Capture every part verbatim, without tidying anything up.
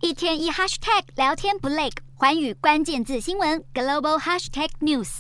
一天一 hashtag 聊天不累，寰宇关键字新闻 global hashtag news。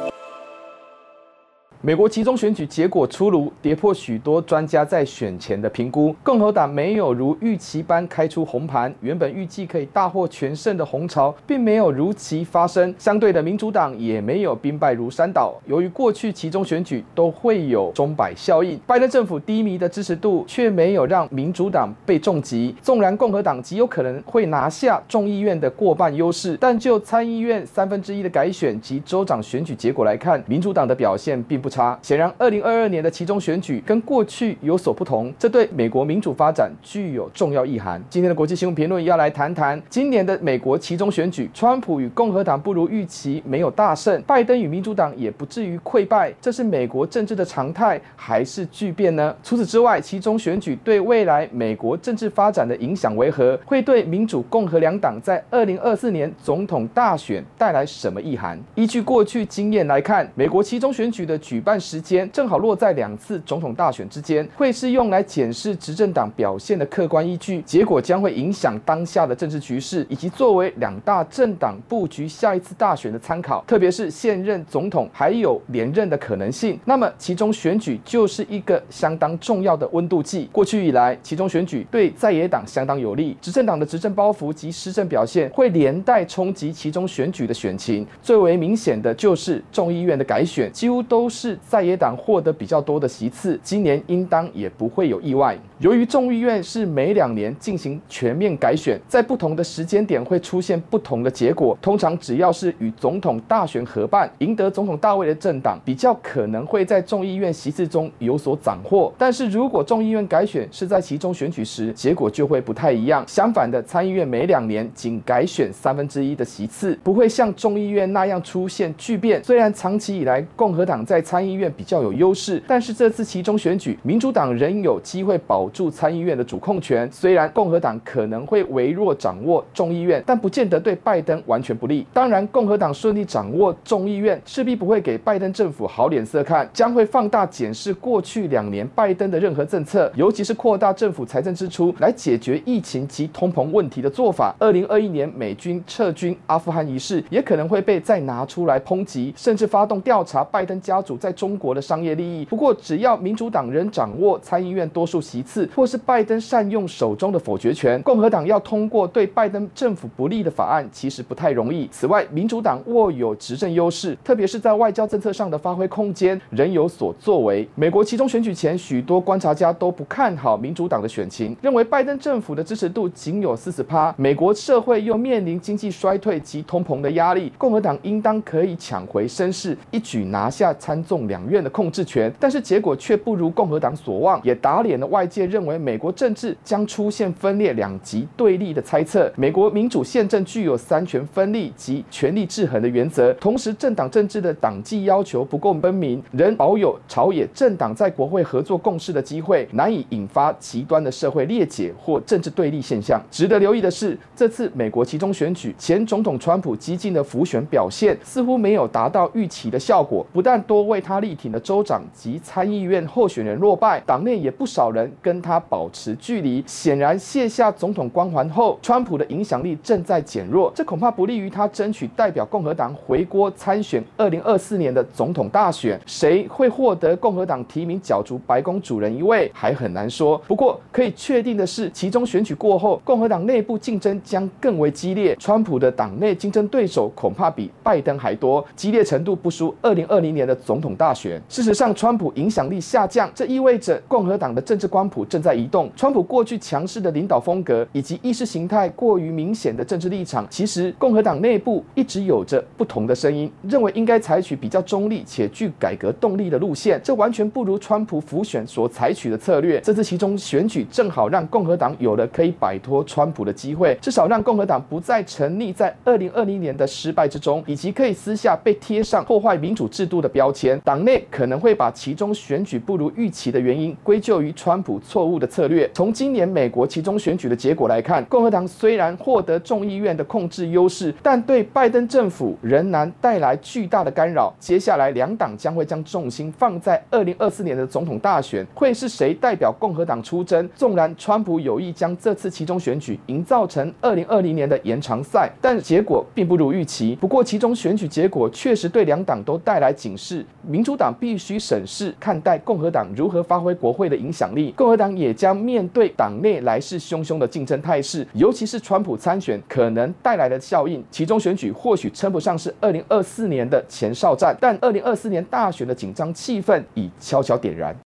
美国期中选举结果出炉，跌破许多专家在选前的评估。共和党没有如预期般开出红盘，原本预计可以大获全胜的红潮，并没有如期发生。相对的，民主党也没有兵败如山倒。由于过去期中选举都会有钟摆效应，拜登政府低迷的支持度却没有让民主党被重击。纵然共和党极有可能会拿下众议院的过半优势，但就参议院三分之一的改选及州长选举结果来看，民主党的表现并不差。显然，二零二二年的期中选举跟过去有所不同，这对美国民主发展具有重要意涵。今天的国际新闻评论要来谈谈今年的美国期中选举，川普与共和党不如预期没有大胜，拜登与民主党也不至于溃败，这是美国政治的常态还是巨变呢？除此之外，期中选举对未来美国政治发展的影响为何？会对民主共和两党在二零二四年总统大选带来什么意涵？依据过去经验来看，美国期中选举的举办时间正好落在两次总统大选之间，会是用来检视执政党表现的客观依据，结果将会影响当下的政治局势，以及作为两大政党布局下一次大选的参考，特别是现任总统还有连任的可能性。那么期中选举就是一个相当重要的温度计。过去以来，期中选举对在野党相当有利，执政党的执政包袱及施政表现会连带冲击期中选举的选情。最为明显的就是众议院的改选，几乎都是在野党获得比较多的席次，今年应当也不会有意外。由于众议院是每两年进行全面改选，在不同的时间点会出现不同的结果。通常只要是与总统大选合办，赢得总统大位的政党，比较可能会在众议院席次中有所斩获。但是如果众议院改选是在期中选举时，结果就会不太一样。相反的，参议院每两年仅改选三分之一的席次，不会像众议院那样出现巨变。虽然长期以来共和党在参议院比较有优势，但是这次期中选举，民主党仍有机会保住参议院的主控权。虽然共和党可能会微弱掌握众议院，但不见得对拜登完全不利。当然，共和党顺利掌握众议院，势必不会给拜登政府好脸色看，将会放大检视过去两年拜登的任何政策，尤其是扩大政府财政支出来解决疫情及通膨问题的做法。二零二一年美军撤军阿富汗一事，也可能会被再拿出来抨击，甚至发动调查拜登家族在中国的商业利益。不过，只要民主党仍掌握参议院多数席次，或是拜登善用手中的否决权，共和党要通过对拜登政府不利的法案，其实不太容易。此外，民主党握有执政优势，特别是在外交政策上的发挥空间仍有所作为。美国期中选举前，许多观察家都不看好民主党的选情，认为拜登政府的支持度仅有 百分之四十， 美国社会又面临经济衰退及通膨的压力，共和党应当可以抢回声势，一举拿下参众两院的控制权。但是结果却不如共和党所望，也打脸了外界认为美国政治将出现分裂两极对立的猜测。美国民主宪政具有三权分立及权力制衡的原则，同时政党政治的党纪要求不够分明，仍保有朝野政党在国会合作共事的机会，难以引发极端的社会裂解或政治对立现象。值得留意的是，这次美国期中选举，前总统川普激进的辅选表现似乎没有达到预期的效果，不但多为他力挺的州长及参议院候选人落败，党内也不少人跟他保持距离。显然，卸下总统光环后，川普的影响力正在减弱，这恐怕不利于他争取代表共和党回国参选二零二四年的总统大选。谁会获得共和党提名角逐白宫主人一位，还很难说。不过，可以确定的是，期中选举过后，共和党内部竞争将更为激烈，川普的党内竞争对手恐怕比拜登还多，激烈程度不输二零二零年的总统大选。事实上，川普影响力下降，这意味着共和党的政治光谱正在移动。川普过去强势的领导风格以及意识形态过于明显的政治立场，其实共和党内部一直有着不同的声音，认为应该采取比较中立且具改革动力的路线，这完全不如川普辅选所采取的策略。这次期中选举正好让共和党有了可以摆脱川普的机会，至少让共和党不再沉溺在二零二零年的失败之中，以及可以私下被贴上破坏民主制度的标签。党内可能会把期中选举不如预期的原因归咎于川普错误的策略。从今年美国期中选举的结果来看，共和党虽然获得众议院的控制优势，但对拜登政府仍然带来巨大的干扰。接下来两党将会将重心放在二零二四年的总统大选，会是谁代表共和党出征？纵然川普有意将这次期中选举营造成二零二零年的延长赛，但结果并不如预期。不过，期中选举结果确实对两党都带来警示，民主党必须审视看待共和党如何发挥国会的影响力，共和党也将面对党内来势汹汹的竞争态势，尤其是川普参选可能带来的效应。期中选举或许称不上是二零二四年的前哨战，但二零二四年大选的紧张气氛已悄悄点燃。